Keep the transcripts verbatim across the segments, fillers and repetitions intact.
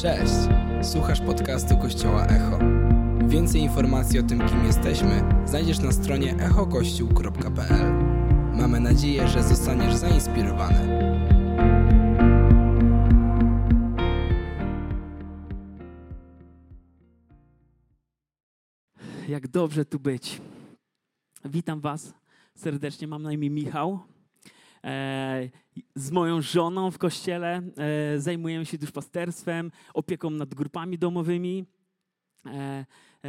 Cześć! Słuchasz podcastu Kościoła Echo. Więcej informacji o tym, kim jesteśmy, znajdziesz na stronie echo kościół kropka p l. Mamy nadzieję, że zostaniesz zainspirowany. Jak dobrze tu być. Witam Was serdecznie, mam na imię Michał. E, z moją żoną w kościele e, zajmujemy się duszpasterstwem, opieką nad grupami domowymi, e, e,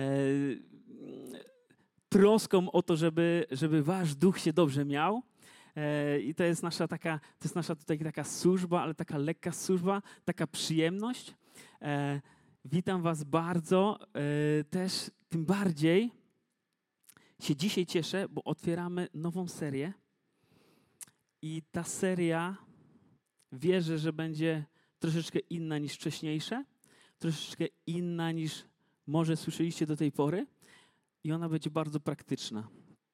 troską o to, żeby, żeby Wasz duch się dobrze miał. E, I to jest nasza taka, to jest nasza tutaj taka służba, ale taka lekka służba, taka przyjemność. E, witam Was bardzo, e, też tym bardziej się dzisiaj cieszę, bo otwieramy nową serię. I ta seria, wierzę, że będzie troszeczkę inna niż wcześniejsze, troszeczkę inna niż może słyszeliście do tej pory i ona będzie bardzo praktyczna.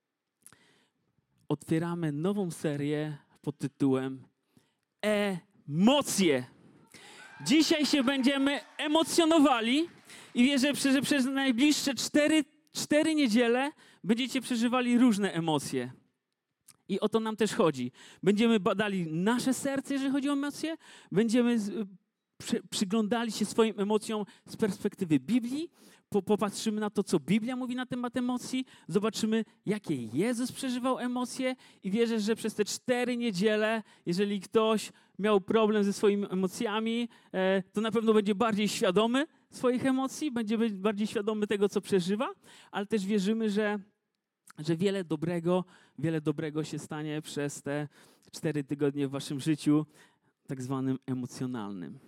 Otwieramy nową serię pod tytułem Emocje. Dzisiaj się będziemy emocjonowali i wierzę, że przez najbliższe cztery, cztery niedziele będziecie przeżywali różne emocje. I o to nam też chodzi. Będziemy badali nasze serce, jeżeli chodzi o emocje. Będziemy z, przy, przyglądali się swoim emocjom z perspektywy Biblii. Po, popatrzymy na to, co Biblia mówi na temat emocji. Zobaczymy, jakie Jezus przeżywał emocje. I wierzę, że przez te cztery niedziele, jeżeli ktoś miał problem ze swoimi emocjami, e, to na pewno będzie bardziej świadomy swoich emocji, będzie bardziej świadomy tego, co przeżywa. Ale też wierzymy, że że wiele dobrego, wiele dobrego się stanie przez te cztery tygodnie w waszym życiu, tak zwanym emocjonalnym.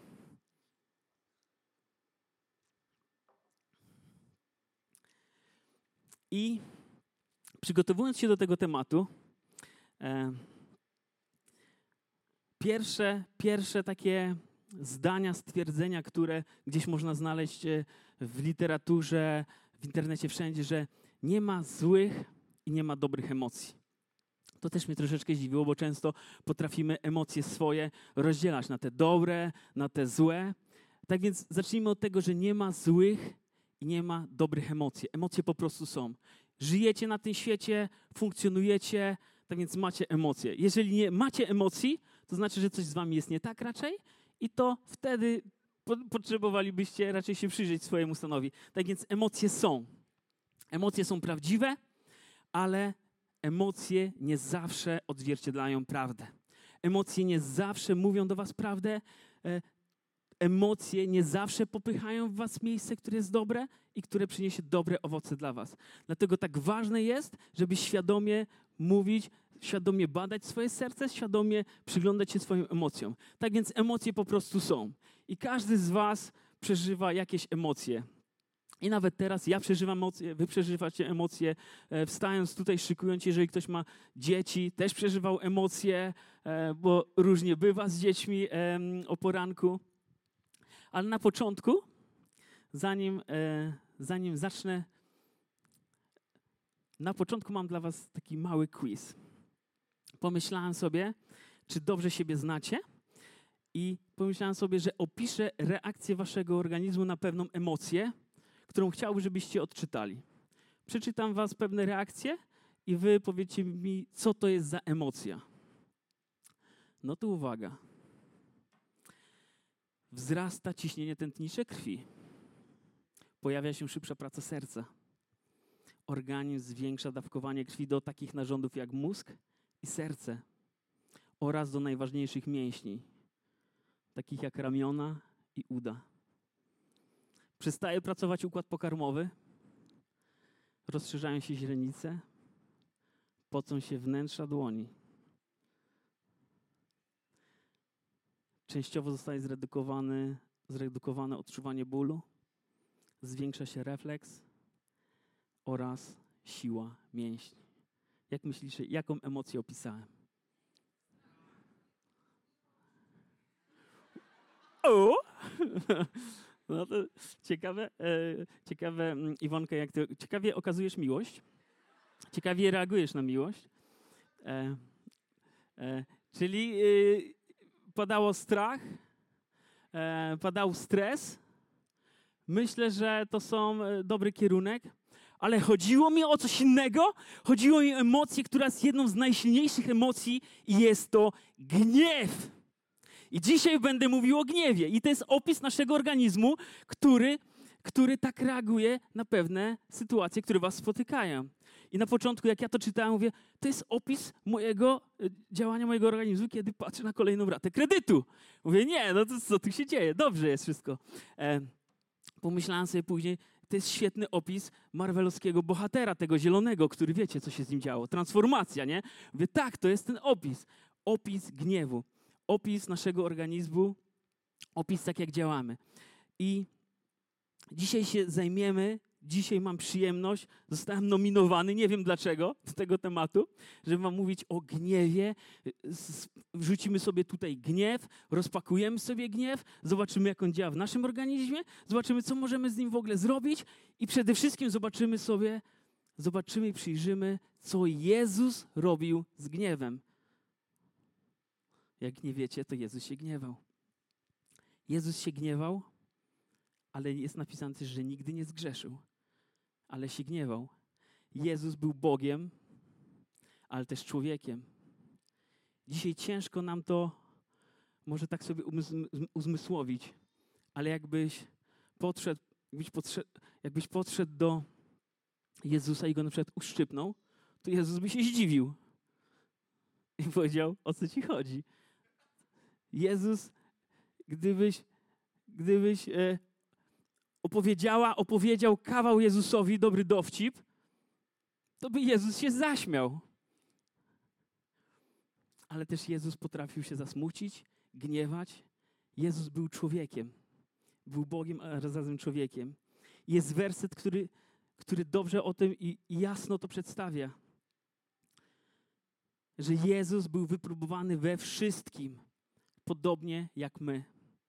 I przygotowując się do tego tematu, e, pierwsze, pierwsze takie zdania, stwierdzenia, które gdzieś można znaleźć w literaturze, w internecie, wszędzie, że nie ma złych i nie ma dobrych emocji. To też mnie troszeczkę zdziwiło, bo często potrafimy emocje swoje rozdzielać na te dobre, na te złe. Tak więc zacznijmy od tego, że nie ma złych i nie ma dobrych emocji. Emocje po prostu są. Żyjecie na tym świecie, funkcjonujecie, tak więc macie emocje. Jeżeli nie macie emocji, to znaczy, że coś z wami jest nie tak raczej i to wtedy po- potrzebowalibyście raczej się przyjrzeć swojemu stanowi. Tak więc emocje są. Emocje są prawdziwe, ale emocje nie zawsze odzwierciedlają prawdę. Emocje nie zawsze mówią do was prawdę. Emocje nie zawsze popychają w was miejsce, które jest dobre i które przyniesie dobre owoce dla was. Dlatego tak ważne jest, żeby świadomie mówić, świadomie badać swoje serce, świadomie przyglądać się swoim emocjom. Tak więc emocje po prostu są. I każdy z was przeżywa jakieś emocje. I nawet teraz ja przeżywam emocje, wy przeżywacie emocje, e, wstając tutaj, szykując, jeżeli ktoś ma dzieci, też przeżywał emocje, e, bo różnie bywa z dziećmi e, o poranku. Ale na początku, zanim, e, zanim zacznę, na początku mam dla was taki mały quiz. Pomyślałem sobie, czy dobrze siebie znacie i pomyślałem sobie, że opiszę reakcję waszego organizmu na pewną emocję, którą chciałbym, żebyście odczytali. Przeczytam was pewne reakcje i wy powiecie mi, co to jest za emocja. No to uwaga. Wzrasta ciśnienie tętnicze krwi. Pojawia się szybsza praca serca. Organizm zwiększa dawkowanie krwi do takich narządów jak mózg i serce oraz do najważniejszych mięśni, takich jak ramiona i uda. Przestaje pracować układ pokarmowy, rozszerzają się źrenice, pocą się wnętrza dłoni. Częściowo zostaje zredukowany, zredukowane odczuwanie bólu, zwiększa się refleks oraz siła mięśni. Jak myślicie, jaką emocję opisałem? O! No to ciekawe, e, ciekawe Iwonka, jak ty, ciekawie okazujesz miłość, ciekawie reagujesz na miłość, e, e, czyli e, padało strach, e, padał stres. Myślę, że to są e, dobry kierunek. Ale chodziło mi o coś innego. Chodziło mi o emocję, która jest jedną z najsilniejszych emocji i jest to gniew. I dzisiaj będę mówił o gniewie. I to jest opis naszego organizmu, który, który tak reaguje na pewne sytuacje, które was spotykają. I na początku, jak ja to czytałem, mówię, to jest opis mojego działania mojego organizmu, kiedy patrzę na kolejną ratę kredytu. Mówię, nie, no to co tu się dzieje? Dobrze jest wszystko. E, pomyślałem sobie później, to jest świetny opis marvelowskiego bohatera, tego zielonego, który wiecie, co się z nim działo. Transformacja, nie? Mówię, tak, to jest ten opis. Opis gniewu. Opis naszego organizmu. Opis tak, jak działamy. I dzisiaj się zajmiemy, dzisiaj mam przyjemność, zostałem nominowany, nie wiem dlaczego, do tego tematu, żeby wam mówić o gniewie. Wrzucimy sobie tutaj gniew, rozpakujemy sobie gniew, zobaczymy, jak on działa w naszym organizmie, zobaczymy, co możemy z nim w ogóle zrobić i przede wszystkim zobaczymy sobie, zobaczymy i przyjrzymy, co Jezus robił z gniewem. Jak nie wiecie, to Jezus się gniewał. Jezus się gniewał, ale jest napisane też, że nigdy nie zgrzeszył, ale się gniewał. Jezus był Bogiem, ale też człowiekiem. Dzisiaj ciężko nam to może tak sobie uzmysłowić, ale jakbyś podszedł, jakbyś podszedł, jakbyś podszedł do Jezusa i go na przykład uszczypnął, to Jezus by się zdziwił i powiedział, o co ci chodzi. Jezus, gdybyś, gdybyś e, opowiedziała, opowiedział kawał Jezusowi, dobry dowcip, to by Jezus się zaśmiał. Ale też Jezus potrafił się zasmucić, gniewać. Jezus był człowiekiem. Był Bogiem, a razem człowiekiem. Jest werset, który, który dobrze o tym i, i jasno to przedstawia. Że Jezus był wypróbowany we wszystkim, podobnie jak my.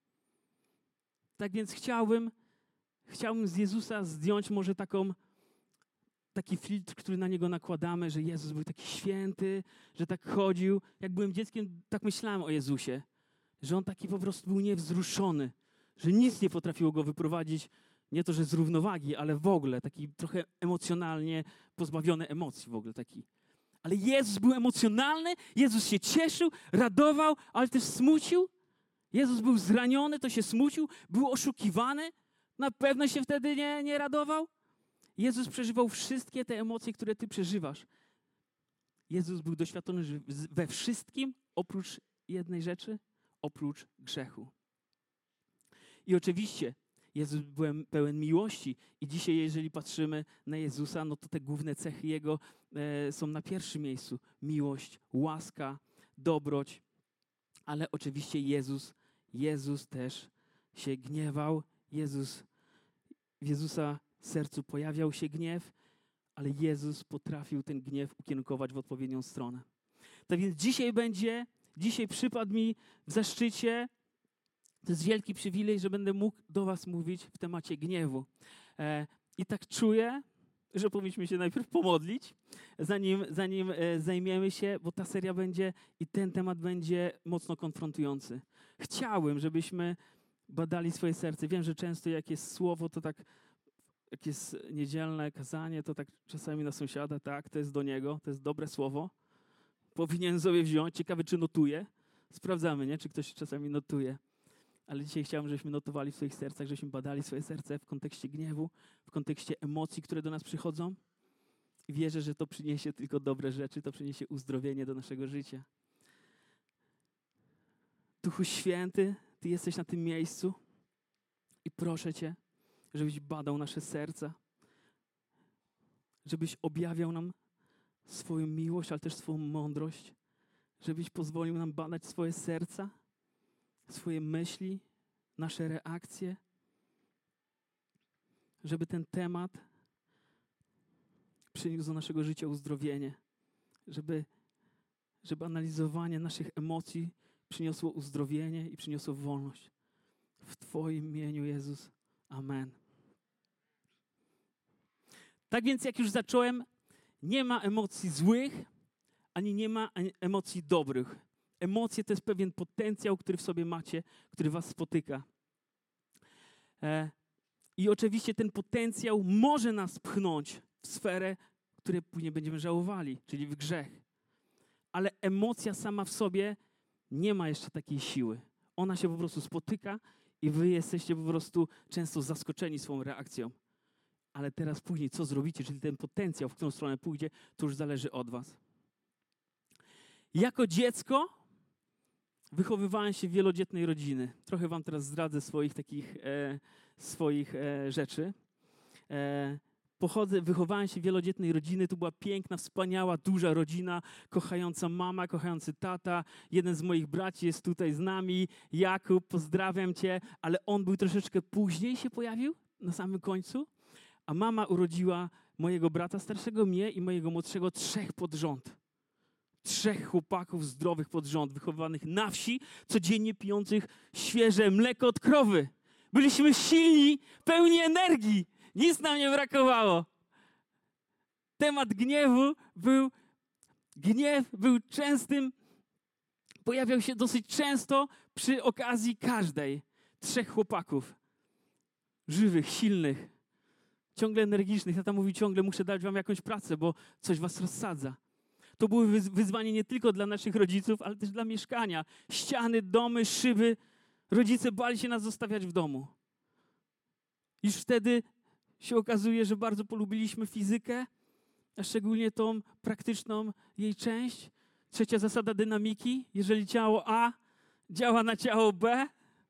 Tak więc chciałbym, chciałbym z Jezusa zdjąć może taką, taki filtr, który na Niego nakładamy, że Jezus był taki święty, że tak chodził. Jak byłem dzieckiem, tak myślałem o Jezusie, że On taki po prostu był niewzruszony, że nic nie potrafiło Go wyprowadzić, nie to, że z równowagi, ale w ogóle taki trochę emocjonalnie pozbawiony emocji w ogóle taki. Ale Jezus był emocjonalny, Jezus się cieszył, radował, ale też smucił. Jezus był zraniony, to się smucił, był oszukiwany, na pewno się wtedy nie, nie radował. Jezus przeżywał wszystkie te emocje, które ty przeżywasz. Jezus był doświadczony we wszystkim, oprócz jednej rzeczy, oprócz grzechu. I oczywiście Jezus był pełen miłości i dzisiaj, jeżeli patrzymy na Jezusa, no to te główne cechy Jego e, są na pierwszym miejscu. Miłość, łaska, dobroć, ale oczywiście Jezus, Jezus też się gniewał. Jezus, w Jezusa sercu pojawiał się gniew, ale Jezus potrafił ten gniew ukierunkować w odpowiednią stronę. Tak więc dzisiaj będzie, dzisiaj przypadł mi w zaszczycie, to jest wielki przywilej, że będę mógł do was mówić w temacie gniewu. E, I tak czuję, że powinniśmy się najpierw pomodlić, zanim, zanim e, zajmiemy się, bo ta seria będzie i ten temat będzie mocno konfrontujący. Chciałbym, żebyśmy badali swoje serce. Wiem, że często jak jest słowo, to tak, jak jest niedzielne kazanie, to tak czasami na sąsiada, tak, to jest do niego, to jest dobre słowo. Powinien sobie wziąć. Ciekawe, czy notuje. Sprawdzamy, nie? Czy ktoś czasami notuje. Ale dzisiaj chciałbym, żebyśmy notowali w swoich sercach, żebyśmy badali swoje serce w kontekście gniewu, w kontekście emocji, które do nas przychodzą. I wierzę, że to przyniesie tylko dobre rzeczy, to przyniesie uzdrowienie do naszego życia. Duchu Święty, Ty jesteś na tym miejscu i proszę Cię, żebyś badał nasze serca, żebyś objawiał nam swoją miłość, ale też swoją mądrość, żebyś pozwolił nam badać swoje serca, swoje myśli, nasze reakcje, żeby ten temat przyniósł do naszego życia uzdrowienie, żeby, żeby analizowanie naszych emocji przyniosło uzdrowienie i przyniosło wolność. W Twoim imieniu, Jezus. Amen. Tak więc, jak już zacząłem, nie ma emocji złych, ani nie ma emocji dobrych. Emocje to jest pewien potencjał, który w sobie macie, który was spotyka. E, I oczywiście ten potencjał może nas pchnąć w sferę, której później będziemy żałowali, czyli w grzech. Ale emocja sama w sobie nie ma jeszcze takiej siły. Ona się po prostu spotyka i wy jesteście po prostu często zaskoczeni swoją reakcją. Ale teraz później co zrobicie, czyli ten potencjał, w którą stronę pójdzie, to już zależy od was. Jako dziecko wychowywałem się w wielodzietnej rodziny. Trochę wam teraz zdradzę swoich takich e, swoich e, rzeczy. E, pochodzę, wychowałem się w wielodzietnej rodziny. To była piękna, wspaniała, duża rodzina, kochająca mama, kochający tata. Jeden z moich braci jest tutaj z nami, Jakub, pozdrawiam cię, ale on był troszeczkę później się pojawił, na samym końcu. A mama urodziła mojego brata starszego, mnie i mojego młodszego trzech pod rząd. Trzech chłopaków zdrowych pod rząd, wychowanych na wsi, codziennie pijących świeże mleko od krowy. Byliśmy silni, pełni energii. Nic nam nie brakowało. Temat gniewu był, gniew był częstym, pojawiał się dosyć często przy okazji każdej. Trzech chłopaków, żywych, silnych, ciągle energicznych. Tata mówi ciągle, muszę dać wam jakąś pracę, bo coś was rozsadza. To było wyzwanie nie tylko dla naszych rodziców, ale też dla mieszkania. Ściany, domy, szyby. Rodzice bali się nas zostawiać w domu. Już wtedy się okazuje, że bardzo polubiliśmy fizykę, a szczególnie tą praktyczną jej część. Trzecia zasada dynamiki. Jeżeli ciało A działa na ciało B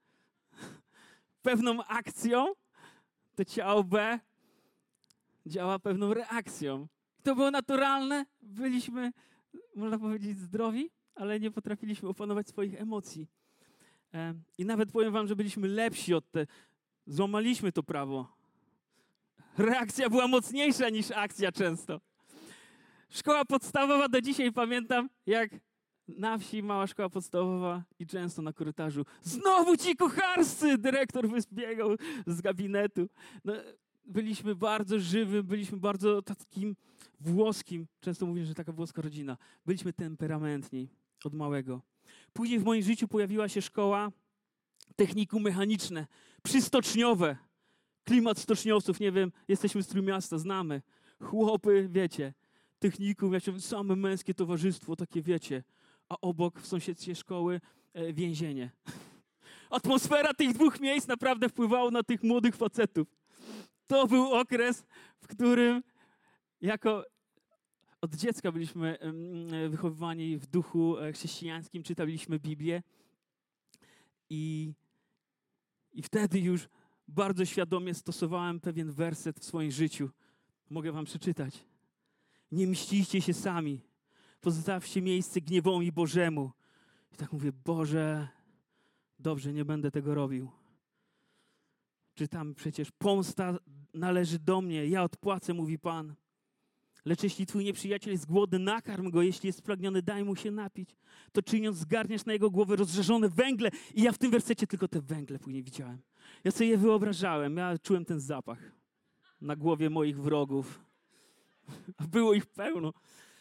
pewną akcją, to ciało B działa pewną reakcją. To było naturalne. Byliśmy, można powiedzieć, zdrowi, ale nie potrafiliśmy opanować swoich emocji. I nawet powiem wam, że byliśmy lepsi od te. Złamaliśmy to prawo. Reakcja była mocniejsza niż akcja często. Szkoła podstawowa, do dzisiaj pamiętam, jak na wsi mała szkoła podstawowa i często na korytarzu. Znowu ci kucharscy! Dyrektor wybiegał z gabinetu. No, byliśmy bardzo żywym, byliśmy bardzo takim włoskim. Często mówię, że taka włoska rodzina. Byliśmy temperamentni od małego. Później w moim życiu pojawiła się szkoła technikum mechaniczne, przystoczniowe. Klimat stoczniowców, nie wiem, jesteśmy z Trójmiasta, znamy. Chłopy, wiecie, technikum, wiecie, same męskie towarzystwo, takie wiecie. A obok w sąsiedztwie szkoły e, więzienie. Atmosfera tych dwóch miejsc naprawdę wpływała na tych młodych facetów. To był okres, w którym jako od dziecka byliśmy wychowywani w duchu chrześcijańskim, czytaliśmy Biblię i, i wtedy już bardzo świadomie stosowałem pewien werset w swoim życiu. Mogę wam przeczytać. Nie mścicie się sami, pozostawcie miejsce gniewowi Bożemu. I tak mówię, Boże, dobrze, nie będę tego robił. Czytam przecież, pomsta należy do mnie, ja odpłacę, mówi Pan. Lecz jeśli twój nieprzyjaciel jest głodny, nakarm go, jeśli jest spragniony, daj mu się napić. To czyniąc, zgarniasz na jego głowę rozżarzone węgle. I ja w tym wersecie tylko te węgle później widziałem. Ja sobie je wyobrażałem, ja czułem ten zapach na głowie moich wrogów. A było ich pełno.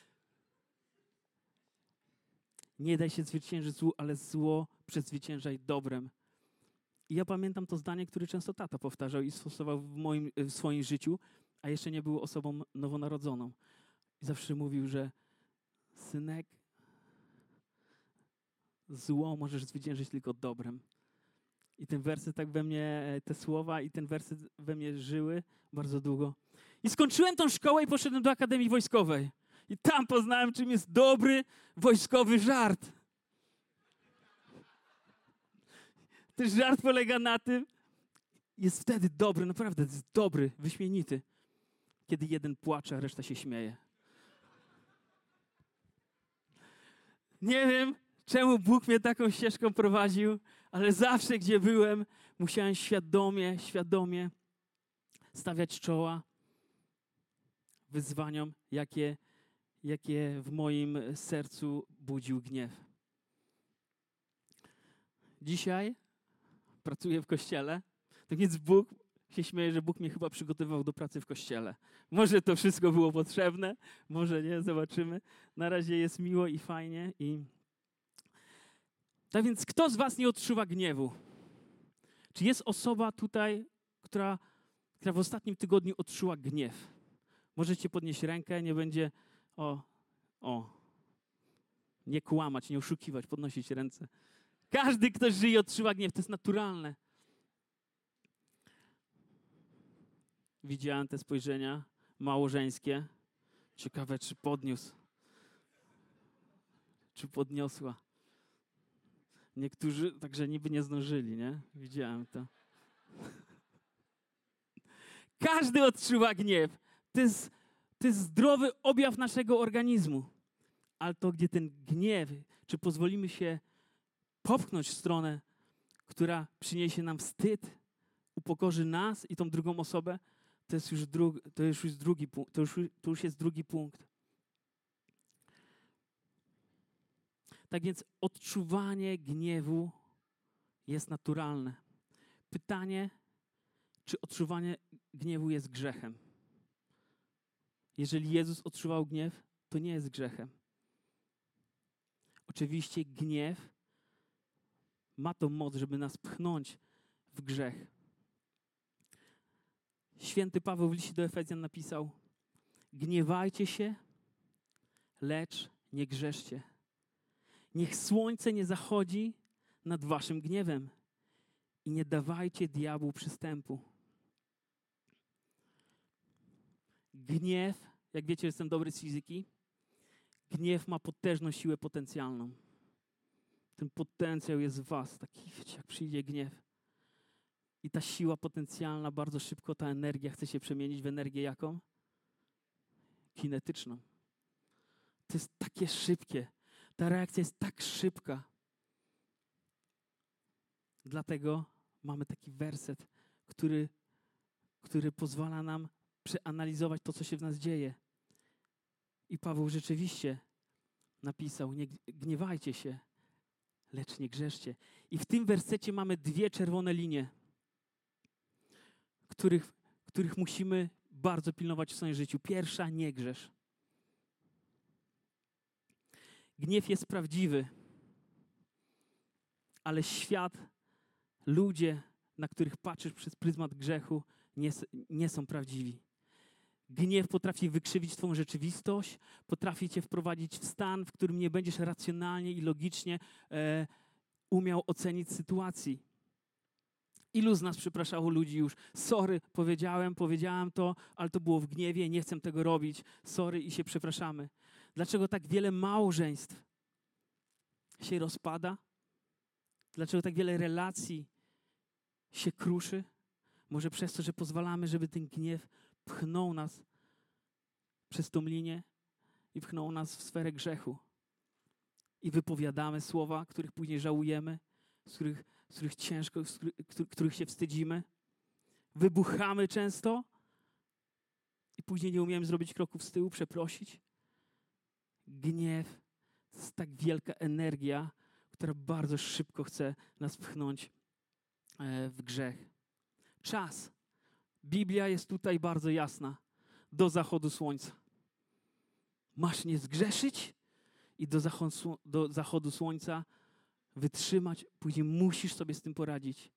Nie daj się zwyciężyć złu, ale zło przezwyciężaj dobrem. I ja pamiętam to zdanie, które często tata powtarzał i stosował w, moim, w swoim życiu, a jeszcze nie był osobą nowonarodzoną. I zawsze mówił, że synek, zło możesz zwyciężyć tylko dobrem. I ten werset tak we mnie, te słowa i ten werset we mnie żyły bardzo długo. I skończyłem tą szkołę i poszedłem do Akademii Wojskowej. I tam poznałem, czym jest dobry wojskowy żart. Ten żart polega na tym, jest wtedy dobry, naprawdę jest dobry, wyśmienity, kiedy jeden płacze, a reszta się śmieje. Nie wiem, czemu Bóg mnie taką ścieżką prowadził, ale zawsze, gdzie byłem, musiałem świadomie, świadomie stawiać czoła wyzwaniom, jakie, jakie w moim sercu budził gniew. Dzisiaj pracuję w kościele, tak więc Bóg się śmieje, że Bóg mnie chyba przygotowywał do pracy w kościele. Może to wszystko było potrzebne, może nie, zobaczymy. Na razie jest miło i fajnie. I Tak więc kto z was nie odczuwa gniewu? Czy jest osoba tutaj, która, która w ostatnim tygodniu odczuła gniew? Możecie podnieść rękę, nie będzie o, o, nie kłamać, nie oszukiwać, podnosić ręce. Każdy, kto żyje, odczuwa gniew, to jest naturalne. Widziałem te spojrzenia małżeńskie. Ciekawe, czy podniósł, czy podniosła. Niektórzy także niby nie zdążyli, nie? Widziałem to. Każdy odczuwa gniew. To jest, to jest zdrowy objaw naszego organizmu. Ale to, gdzie ten gniew, czy pozwolimy się popchnąć w stronę, która przyniesie nam wstyd, upokorzy nas i tą drugą osobę, to jest już, dru, to już jest drugi punkt. To już, to już jest drugi punkt. Tak więc odczuwanie gniewu jest naturalne. Pytanie, czy odczuwanie gniewu jest grzechem? Jeżeli Jezus odczuwał gniew, to nie jest grzechem. Oczywiście gniew ma tą moc, żeby nas pchnąć w grzech. Święty Paweł w liście do Efezjan napisał: gniewajcie się, lecz nie grzeszcie. Niech słońce nie zachodzi nad waszym gniewem i nie dawajcie diabłu przystępu. Gniew, jak wiecie, jestem dobry z fizyki, gniew ma potężną siłę potencjalną. Ten potencjał jest w was, taki, wiecie, jak przyjdzie gniew. I ta siła potencjalna, bardzo szybko ta energia chce się przemienić w energię jaką? Kinetyczną. To jest takie szybkie. Ta reakcja jest tak szybka. Dlatego mamy taki werset, który, który pozwala nam przeanalizować to, co się w nas dzieje. I Paweł rzeczywiście napisał: nie gniewajcie się, lecz nie grzeszcie. I w tym wersecie mamy dwie czerwone linie, których, których musimy bardzo pilnować w swoim życiu. Pierwsza: nie grzesz. Gniew jest prawdziwy, ale świat, ludzie, na których patrzysz przez pryzmat grzechu, nie, nie są prawdziwi. Gniew potrafi wykrzywić twoją rzeczywistość, potrafi cię wprowadzić w stan, w którym nie będziesz racjonalnie i logicznie e, umiał ocenić sytuacji. Ilu z nas przepraszało ludzi już? Sorry, powiedziałem, powiedziałem to, ale to było w gniewie, nie chcę tego robić. Sorry i się przepraszamy. Dlaczego tak wiele małżeństw się rozpada? Dlaczego tak wiele relacji się kruszy? Może przez to, że pozwalamy, żeby ten gniew pchnął nas przez tą linię i pchnął nas w sferę grzechu. I wypowiadamy słowa, których później żałujemy, z których, z których ciężko, z których, których się wstydzimy. Wybuchamy często i później nie umiemy zrobić kroków z tyłu, przeprosić. Gniew to jest tak wielka energia, która bardzo szybko chce nas pchnąć w grzech. Czas. Biblia jest tutaj bardzo jasna. Do zachodu słońca. Masz nie zgrzeszyć i do zachodu, do zachodu słońca wytrzymać. Później musisz sobie z tym poradzić.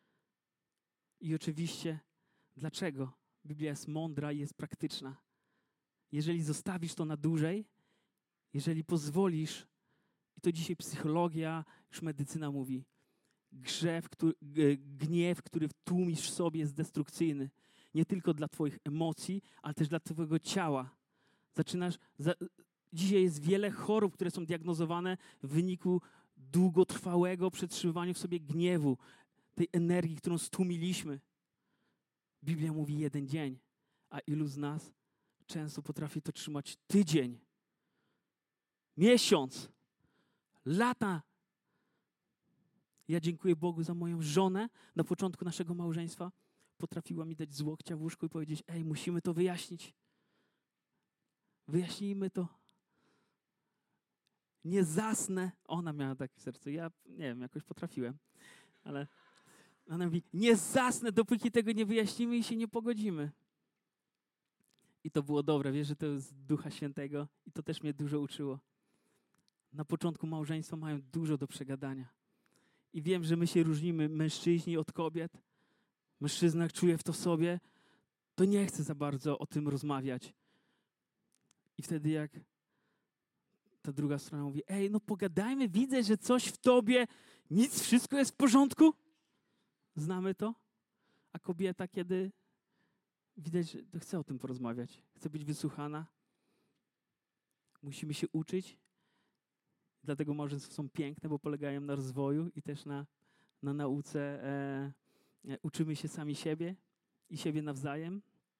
I oczywiście, dlaczego? Biblia jest mądra i jest praktyczna. Jeżeli zostawisz to na dłużej, jeżeli pozwolisz, i to dzisiaj psychologia, już medycyna mówi, grzech, który, gniew, który tłumisz w sobie, jest destrukcyjny. Nie tylko dla twoich emocji, ale też dla twojego ciała. Zaczynasz, za, dzisiaj jest wiele chorób, które są diagnozowane w wyniku długotrwałego przetrzymywania w sobie gniewu, tej energii, którą stłumiliśmy. Biblia mówi jeden dzień, a ilu z nas często potrafi to trzymać tydzień, miesiąc, lata. Ja dziękuję Bogu za moją żonę. Na początku naszego małżeństwa potrafiła mi dać z łokcia w łóżku i powiedzieć: ej, musimy to wyjaśnić. Wyjaśnijmy to. Nie zasnę. Ona miała takie serce. Ja nie wiem, jakoś potrafiłem. Ale ona mówi: nie zasnę, dopóki tego nie wyjaśnimy i się nie pogodzimy. I to było dobre. Wiesz, że to jest Ducha Świętego i to też mnie dużo uczyło. Na początku małżeństwa mają dużo do przegadania. I wiem, że my się różnimy, mężczyźni od kobiet. Mężczyzna czuje w to w sobie, to nie chce za bardzo o tym rozmawiać. I wtedy jak ta druga strona mówi, ej, no pogadajmy, widzę, że coś w tobie, nic, wszystko jest w porządku. Znamy to? A kobieta, kiedy widać, że chce o tym porozmawiać, chce być wysłuchana, musimy się uczyć. Dlatego małżeństwa są piękne, bo polegają na rozwoju i też na, na nauce. E, e, uczymy się sami siebie i siebie nawzajem.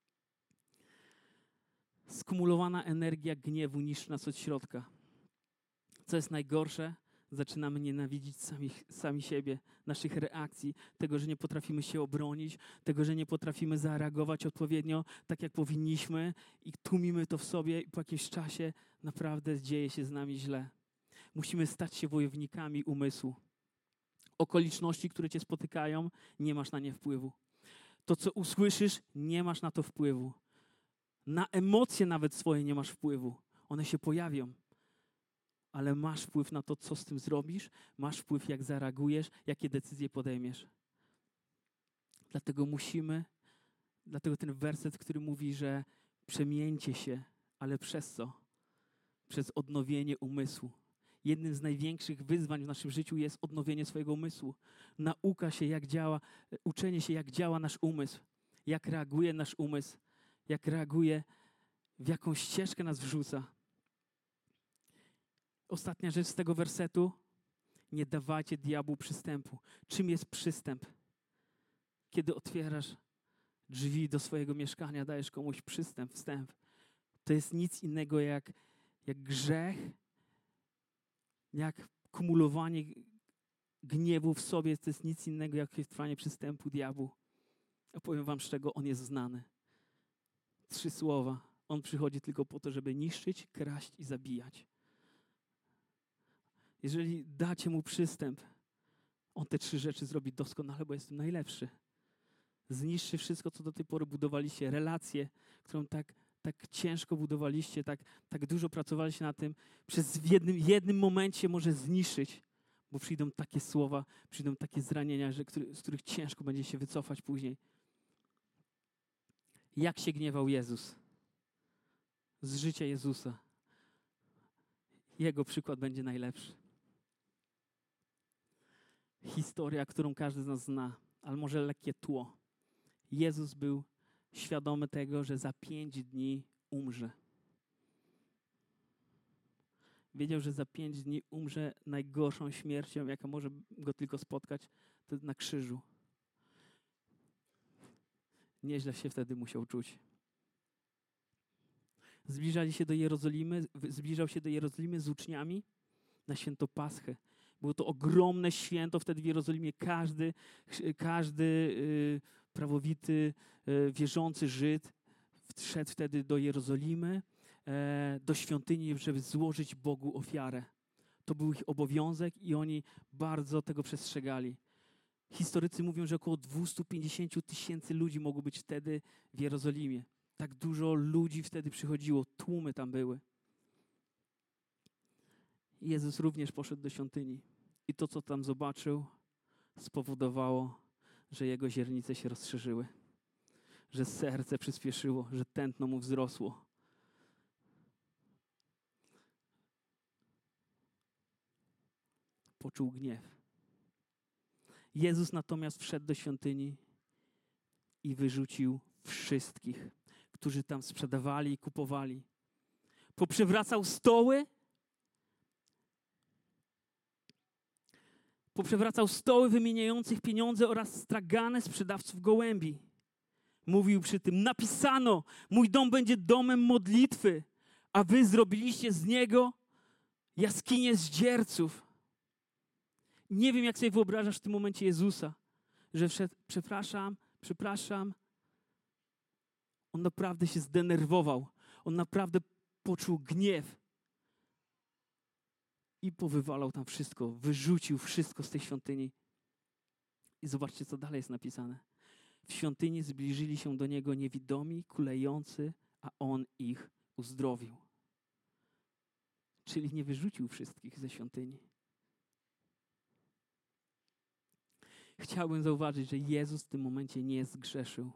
Skumulowana energia gniewu niszczy nas od środka. Co jest najgorsze? Zaczynamy nienawidzić sami, sami siebie, naszych reakcji, tego, że nie potrafimy się obronić, tego, że nie potrafimy zareagować odpowiednio, tak jak powinniśmy i tłumimy to w sobie i po jakimś czasie naprawdę dzieje się z nami źle. Musimy stać się wojownikami umysłu. Okoliczności, które cię spotykają, nie masz na nie wpływu. To, co usłyszysz, nie masz na to wpływu. Na emocje nawet swoje nie masz wpływu. One się pojawią. Ale masz wpływ na to, co z tym zrobisz, masz wpływ, jak zareagujesz, jakie decyzje podejmiesz. Dlatego musimy, dlatego ten werset, który mówi, że przemieńcie się, ale przez co? Przez odnowienie umysłu. Jednym z największych wyzwań w naszym życiu jest odnowienie swojego umysłu. Nauka się, jak działa, uczenie się, jak działa nasz umysł, jak reaguje nasz umysł, jak reaguje, w jaką ścieżkę nas wrzuca. Ostatnia rzecz z tego wersetu. Nie dawajcie diabłu przystępu. Czym jest przystęp? Kiedy otwierasz drzwi do swojego mieszkania, dajesz komuś przystęp, wstęp. To jest nic innego jak, jak grzech, jak kumulowanie gniewu w sobie. To jest nic innego jak trwanie przystępu diabłu. A powiem wam, z czego on jest znany. Trzy słowa. On przychodzi tylko po to, żeby niszczyć, kraść i zabijać. Jeżeli dacie mu przystęp, on te trzy rzeczy zrobi doskonale, bo jest tym najlepszy. Zniszczy wszystko, co do tej pory budowaliście. Relację, którą tak, tak ciężko budowaliście, tak, tak dużo pracowaliście na tym. Przez w jednym, jednym momencie może zniszczyć, bo przyjdą takie słowa, przyjdą takie zranienia, że, który, z których ciężko będzie się wycofać później. Jak się gniewał Jezus? Z życia Jezusa. Jego przykład będzie najlepszy. Historia, którą każdy z nas zna, ale może lekkie tło. Jezus był świadomy tego, że za pięć dni umrze. Wiedział, że za pięć dni umrze najgorszą śmiercią, jaka może go tylko spotkać, to na krzyżu. Nieźle się wtedy musiał czuć. Zbliżali się do Jerozolimy, zbliżał się do Jerozolimy z uczniami na święto Paschy. Było to ogromne święto wtedy w Jerozolimie. Każdy, każdy y, prawowity, y, wierzący Żyd wszedł wtedy do Jerozolimy, e, do świątyni, żeby złożyć Bogu ofiarę. To był ich obowiązek i oni bardzo tego przestrzegali. Historycy mówią, że około dwieście pięćdziesiąt tysięcy ludzi mogło być wtedy w Jerozolimie. Tak dużo ludzi wtedy przychodziło, tłumy tam były. Jezus również poszedł do świątyni i to, co tam zobaczył, spowodowało, że jego źrenice się rozszerzyły, że serce przyspieszyło, że tętno mu wzrosło. Poczuł gniew. Jezus natomiast wszedł do świątyni i wyrzucił wszystkich, którzy tam sprzedawali i kupowali. Poprzewracał stoły, poprzewracał stoły wymieniających pieniądze oraz stragany sprzedawców gołębi. Mówił przy tym, napisano, mój dom będzie domem modlitwy, a wy zrobiliście z niego jaskinię zdzierców. Nie wiem, jak sobie wyobrażasz w tym momencie Jezusa, że wszedł, przepraszam, przepraszam. On naprawdę się zdenerwował. On naprawdę poczuł gniew. I powywalał tam wszystko, wyrzucił wszystko z tej świątyni. I zobaczcie, co dalej jest napisane. W świątyni zbliżyli się do niego niewidomi, kulejący, a on ich uzdrowił. Czyli nie wyrzucił wszystkich ze świątyni. chciałbym zauważyć, że Jezus w tym momencie nie zgrzeszył.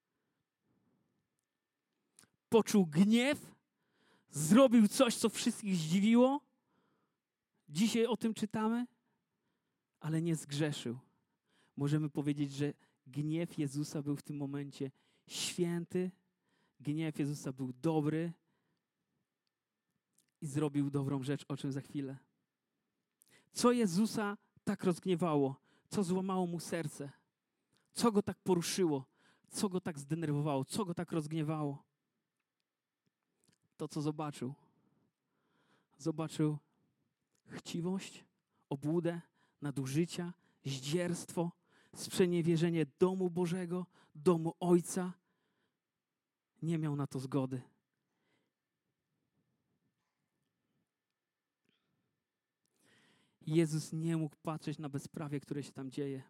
Poczuł gniew, zrobił coś, co wszystkich zdziwiło. Dzisiaj o tym czytamy, ale nie zgrzeszył. Możemy powiedzieć, że gniew Jezusa był w tym momencie święty, gniew Jezusa był dobry i zrobił dobrą rzecz, o czym za chwilę. Co Jezusa tak rozgniewało? Co złamało mu serce? Co go tak poruszyło? Co go tak zdenerwowało? Co go tak rozgniewało? To, co zobaczył. Zobaczył chciwość, obłudę, nadużycia, zdzierstwo, sprzeniewierzenie domu Bożego, domu Ojca. Nie miał na to zgody. Jezus nie mógł patrzeć na bezprawie, które się tam dzieje.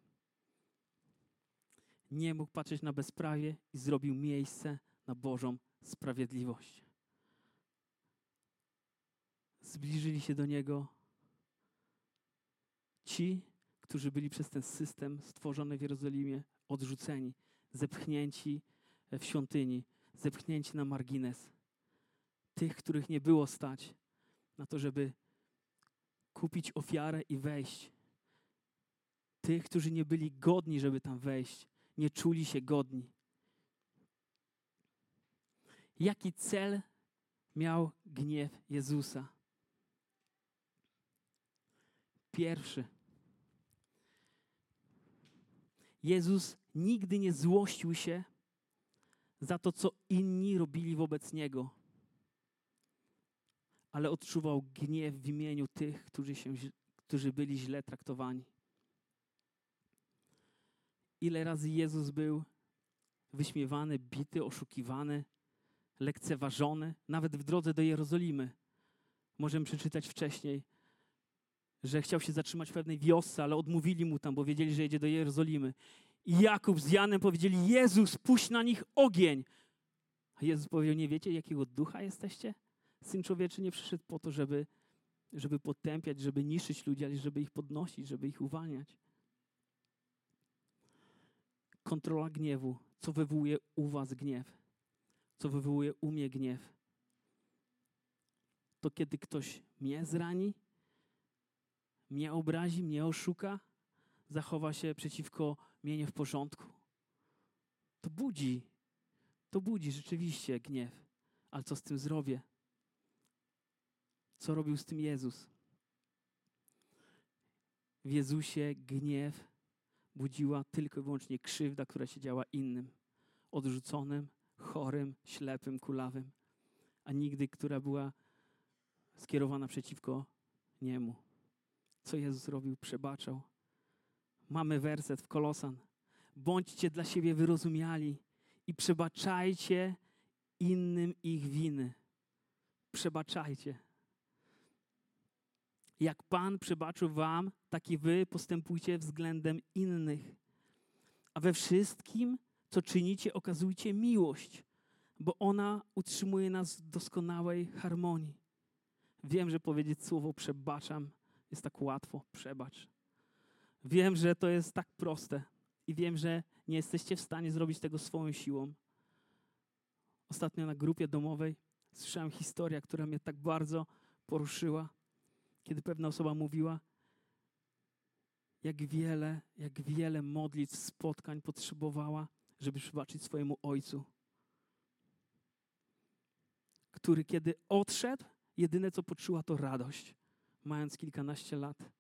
Nie mógł patrzeć na bezprawie i zrobił miejsce na Bożą sprawiedliwość. Zbliżyli się do Niego ci, którzy byli przez ten system stworzony w Jerozolimie odrzuceni, zepchnięci w świątyni, zepchnięci na margines. Tych, których nie było stać na to, żeby kupić ofiarę i wejść. Tych, którzy nie byli godni, żeby tam wejść. Nie czuli się godni. Jaki cel miał gniew Jezusa? Pierwszy. Jezus nigdy nie złościł się za to, co inni robili wobec Niego, ale odczuwał gniew w imieniu tych, którzy, się, którzy byli źle traktowani. Ile razy Jezus był wyśmiewany, bity, oszukiwany, lekceważony, nawet w drodze do Jerozolimy. Możemy przeczytać wcześniej, że chciał się zatrzymać w pewnej wiosce, ale odmówili mu tam, bo wiedzieli, że jedzie do Jerozolimy. I Jakub z Janem powiedzieli: Jezus, puść na nich ogień. A Jezus powiedział: nie wiecie, jakiego ducha jesteście? Syn Człowieczy nie przyszedł po to, żeby, żeby potępiać, żeby niszczyć ludzi, ale żeby ich podnosić, żeby ich uwalniać. Kontrola gniewu. Co wywołuje u was gniew? Co wywołuje u mnie gniew? To kiedy ktoś mnie zrani, mnie obrazi, mnie oszuka, zachowa się przeciwko mnie nie w porządku. To budzi, to budzi rzeczywiście gniew. Ale co z tym zrobię? Co robił z tym Jezus? W Jezusie gniew budziła tylko i wyłącznie krzywda, która się działa innym. Odrzuconym, chorym, ślepym, kulawym. A nigdy, która była skierowana przeciwko Niemu. Co Jezus robił? Przebaczał. Mamy werset w Kolosan. Bądźcie dla siebie wyrozumiali i przebaczajcie innym ich winy. Przebaczajcie. Jak Pan przebaczył wam, tak i wy postępujcie względem innych. A we wszystkim, co czynicie, okazujcie miłość, bo ona utrzymuje nas w doskonałej harmonii. Wiem, że powiedzieć słowo przebaczam jest tak łatwo. Przebacz. Wiem, że to jest tak proste i wiem, że nie jesteście w stanie zrobić tego swoją siłą. Ostatnio na grupie domowej słyszałem historię, która mnie tak bardzo poruszyła, kiedy pewna osoba mówiła, jak wiele, jak wiele modlitw, spotkań potrzebowała, żeby przebaczyć swojemu ojcu, który kiedy odszedł, jedyne co poczuła to radość, mając kilkanaście lat.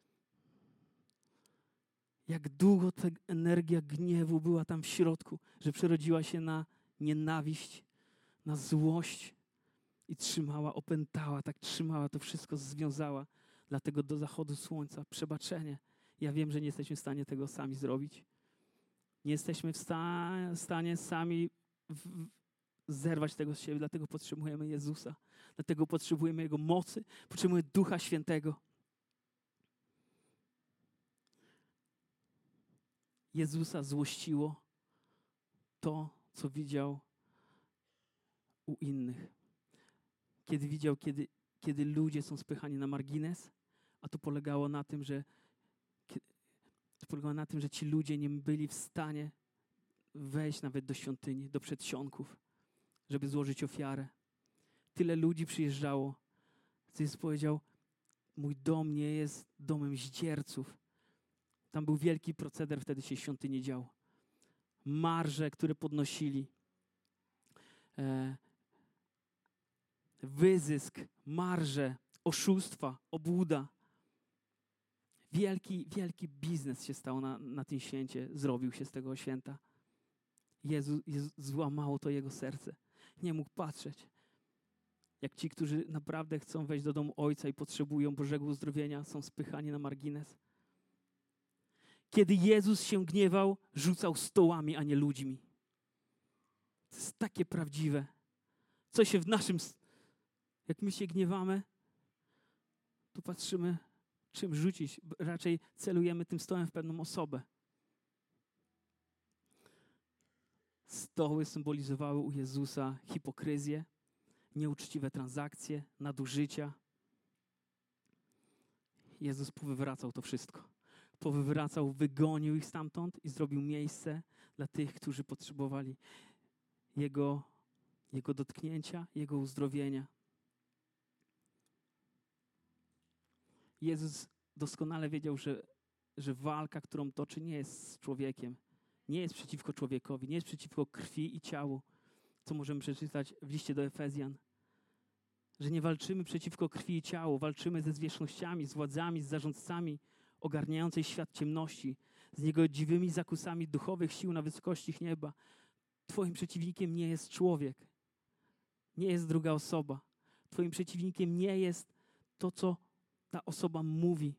Jak długo ta energia gniewu była tam w środku, że przerodziła się na nienawiść, na złość i trzymała, opętała, tak trzymała, to wszystko związała. Dlatego do zachodu słońca przebaczenie. Ja wiem, że nie jesteśmy w stanie tego sami zrobić. Nie jesteśmy w sta- stanie sami w, w, zerwać tego z siebie, dlatego potrzebujemy Jezusa. Dlatego potrzebujemy Jego mocy, potrzebujemy Ducha Świętego. Jezusa złościło to, co widział u innych. Kiedy widział, kiedy, kiedy ludzie są spychani na margines, a to polegało na tym, że To polegało na tym, że ci ludzie nie byli w stanie wejść nawet do świątyni, do przedsionków, żeby złożyć ofiarę. Tyle ludzi przyjeżdżało. Jezus powiedział, mój dom nie jest domem zdzierców. Tam był wielki proceder, wtedy się świątyni działo. Marże, które podnosili. E, wyzysk, marże, oszustwa, obłuda. Wielki, wielki biznes się stał na, na tym święcie. Zrobił się z tego święta. Jezu, Jezu, złamało to jego serce. Nie mógł patrzeć. Jak ci, którzy naprawdę chcą wejść do domu Ojca i potrzebują Bożego uzdrowienia, są spychani na margines. Kiedy Jezus się gniewał, rzucał stołami, a nie ludźmi. To jest takie prawdziwe. Co się w naszym... Jak my się gniewamy, to patrzymy, czym rzucić. Raczej celujemy tym stołem w pewną osobę. Stoły symbolizowały u Jezusa hipokryzję, nieuczciwe transakcje, nadużycia. Jezus powywracał to wszystko. Powywracał, wygonił ich stamtąd i zrobił miejsce dla tych, którzy potrzebowali Jego, Jego dotknięcia, Jego uzdrowienia. Jezus doskonale wiedział, że, że walka, którą toczy, nie jest z człowiekiem. Nie jest przeciwko człowiekowi, nie jest przeciwko krwi i ciału, co możemy przeczytać w liście do Efezjan. Że nie walczymy przeciwko krwi i ciału, walczymy ze zwierzchnościami, z władzami, z zarządcami ogarniającej świat ciemności, z niegodziwymi zakusami duchowych sił na wysokościach nieba. Twoim przeciwnikiem nie jest człowiek, nie jest druga osoba. Twoim przeciwnikiem nie jest to, co ta osoba mówi,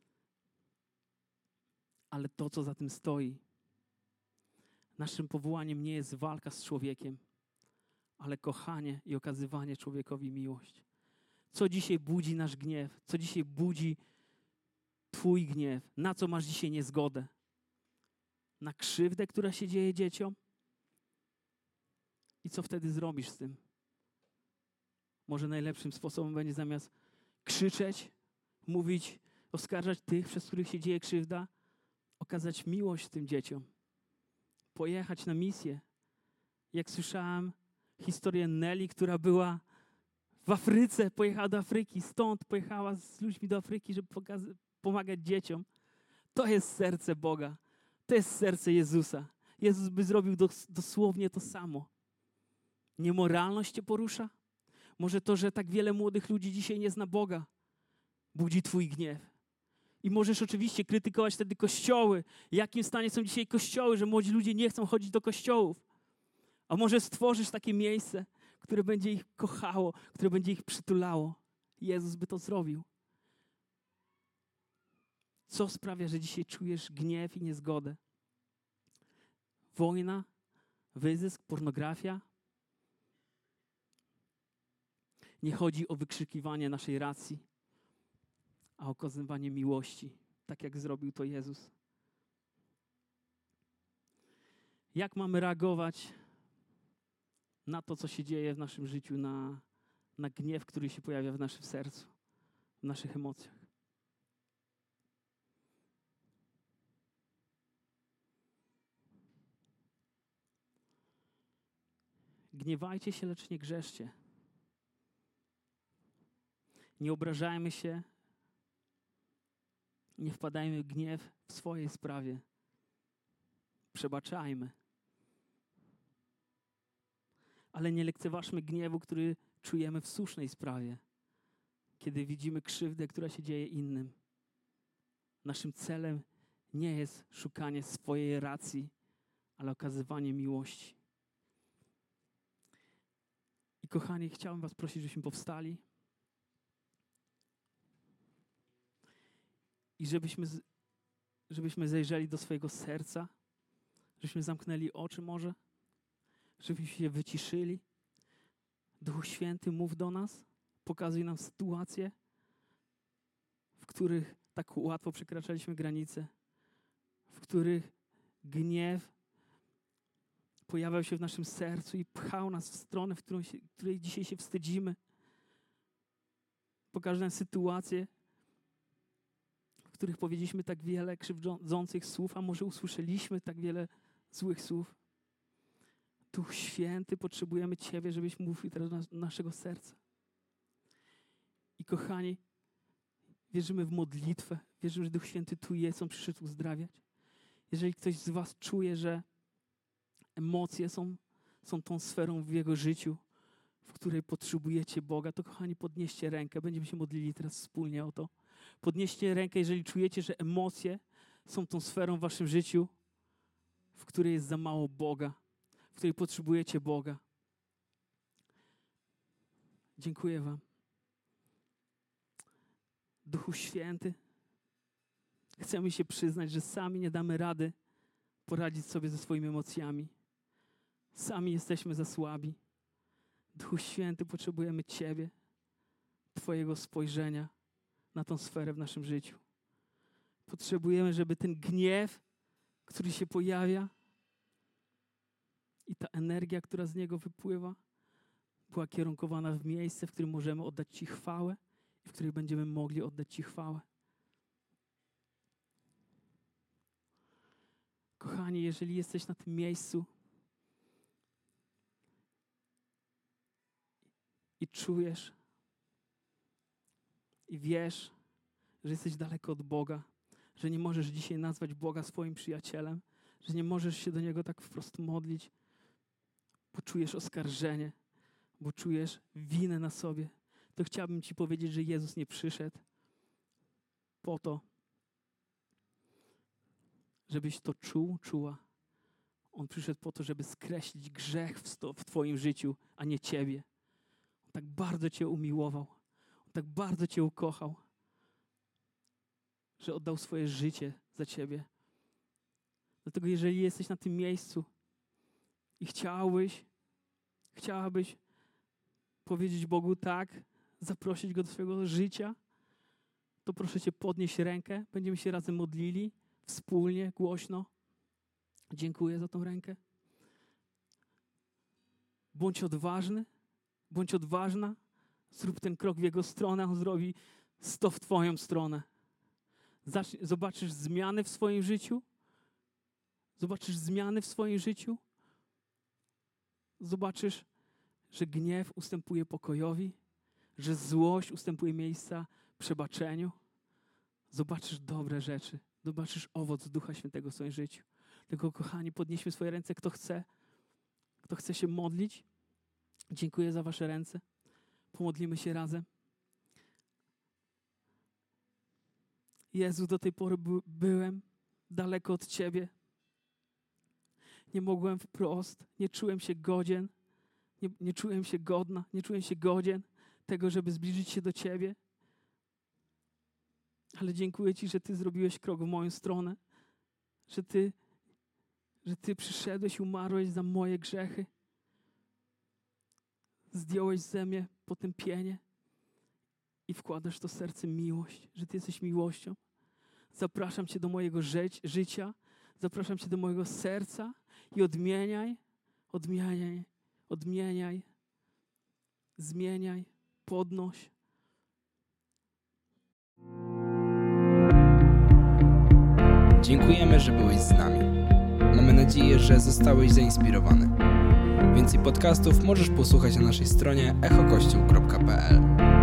ale to, co za tym stoi. Naszym powołaniem nie jest walka z człowiekiem, ale kochanie i okazywanie człowiekowi miłość. Co dzisiaj budzi nasz gniew? Co dzisiaj budzi Twój gniew? Na co masz dzisiaj niezgodę? Na krzywdę, która się dzieje dzieciom? I co wtedy zrobisz z tym? Może najlepszym sposobem będzie zamiast krzyczeć, mówić, oskarżać tych, przez których się dzieje krzywda, okazać miłość tym dzieciom. Pojechać na misję. Jak słyszałem historię Nelly, która była w Afryce, pojechała do Afryki, stąd pojechała z ludźmi do Afryki, żeby pomagać dzieciom. To jest serce Boga. To jest serce Jezusa. Jezus by zrobił dos dosłownie to samo. Niemoralność cię porusza? Może to, że tak wiele młodych ludzi dzisiaj nie zna Boga, budzi twój gniew. I możesz oczywiście krytykować wtedy kościoły. W jakim stanie są dzisiaj kościoły, że młodzi ludzie nie chcą chodzić do kościołów. A może stworzysz takie miejsce, które będzie ich kochało, które będzie ich przytulało. Jezus by to zrobił. Co sprawia, że dzisiaj czujesz gniew i niezgodę? Wojna, wyzysk, pornografia? Nie chodzi o wykrzykiwanie naszej racji, a okazywanie miłości, tak jak zrobił to Jezus. Jak mamy reagować na to, co się dzieje w naszym życiu, na, na gniew, który się pojawia w naszym sercu, w naszych emocjach? Gniewajcie się, lecz nie grzeszcie. Nie obrażajmy się, nie wpadajmy w gniew w swojej sprawie. Przebaczajmy. Ale nie lekceważmy gniewu, który czujemy w słusznej sprawie, kiedy widzimy krzywdę, która się dzieje innym. Naszym celem nie jest szukanie swojej racji, ale okazywanie miłości. I kochani, chciałbym was prosić, żebyśmy powstali i żebyśmy, żebyśmy zajrzeli do swojego serca, żebyśmy zamknęli oczy może, żebyśmy się wyciszyli. Duchu Święty, mów do nas, pokazuj nam sytuacje, w których tak łatwo przekraczaliśmy granice, w których gniew pojawiał się w naszym sercu i pchał nas w stronę, w którą się, której dzisiaj się wstydzimy. Pokaż nam sytuację, w których powiedzieliśmy tak wiele krzywdzących słów, a może usłyszeliśmy tak wiele złych słów. Duch Święty, potrzebujemy Ciebie, żebyś mówił teraz do naszego serca. I kochani, wierzymy w modlitwę, wierzymy, że Duch Święty tu jest, On przyszedł uzdrawiać. Jeżeli ktoś z was czuje, że emocje są, są tą sferą w jego życiu, w której potrzebujecie Boga, to kochani, podnieście rękę. Będziemy się modlili teraz wspólnie o to. Podnieście rękę, jeżeli czujecie, że emocje są tą sferą w waszym życiu, w której jest za mało Boga, w której potrzebujecie Boga. Dziękuję wam. Duchu Święty, chcemy się przyznać, że sami nie damy rady poradzić sobie ze swoimi emocjami. Sami jesteśmy za słabi. Duchu Święty, potrzebujemy Ciebie, Twojego spojrzenia na tą sferę w naszym życiu. Potrzebujemy, żeby ten gniew, który się pojawia i ta energia, która z niego wypływa, była kierunkowana w miejsce, w którym możemy oddać Ci chwałę i w której będziemy mogli oddać Ci chwałę. Kochani, jeżeli jesteś na tym miejscu i czujesz i wiesz, że jesteś daleko od Boga, że nie możesz dzisiaj nazwać Boga swoim przyjacielem, że nie możesz się do Niego tak wprost modlić, bo czujesz oskarżenie, bo czujesz winę na sobie, to chciałbym Ci powiedzieć, że Jezus nie przyszedł po to, żebyś to czuł, czuła. On przyszedł po to, żeby skreślić grzech w, sto, w Twoim życiu, a nie Ciebie. On tak bardzo Cię umiłował. On tak bardzo Cię ukochał, że oddał swoje życie za Ciebie. Dlatego jeżeli jesteś na tym miejscu i chciałbyś, chciałabyś powiedzieć Bogu tak, zaprosić Go do swojego życia, to proszę Cię, podnieś rękę. Będziemy się razem modlili. Wspólnie, głośno. Dziękuję za tą rękę. Bądź odważny, bądź odważna. Zrób ten krok w Jego stronę, a On zrobi sto w Twoją stronę. Zacznij, zobaczysz zmiany w swoim życiu. Zobaczysz zmiany w swoim życiu. Zobaczysz, że gniew ustępuje pokojowi, że złość ustępuje miejsca przebaczeniu. Zobaczysz dobre rzeczy. Zobaczysz owoc Ducha Świętego w swoim życiu. Tylko, kochani, podnieśmy swoje ręce, kto chce, kto chce się modlić. Dziękuję za wasze ręce. Pomodlimy się razem. Jezu, do tej pory by, byłem daleko od Ciebie. Nie mogłem wprost, nie czułem się godzien, nie, nie czułem się godna, nie czułem się godzien tego, żeby zbliżyć się do Ciebie. Ale dziękuję Ci, że Ty zrobiłeś krok w moją stronę, że Ty, że Ty przyszedłeś i umarłeś za moje grzechy. Zdjąłeś ze mnie potępienie i wkładasz w to serce miłość, że Ty jesteś miłością. Zapraszam Cię do mojego ży- życia, zapraszam Cię do mojego serca i odmieniaj, odmieniaj, odmieniaj, zmieniaj, podnoś. Dziękujemy, że byłeś z nami. Mamy nadzieję, że zostałeś zainspirowany. Więcej podcastów możesz posłuchać na naszej stronie echo kościół kropka p l.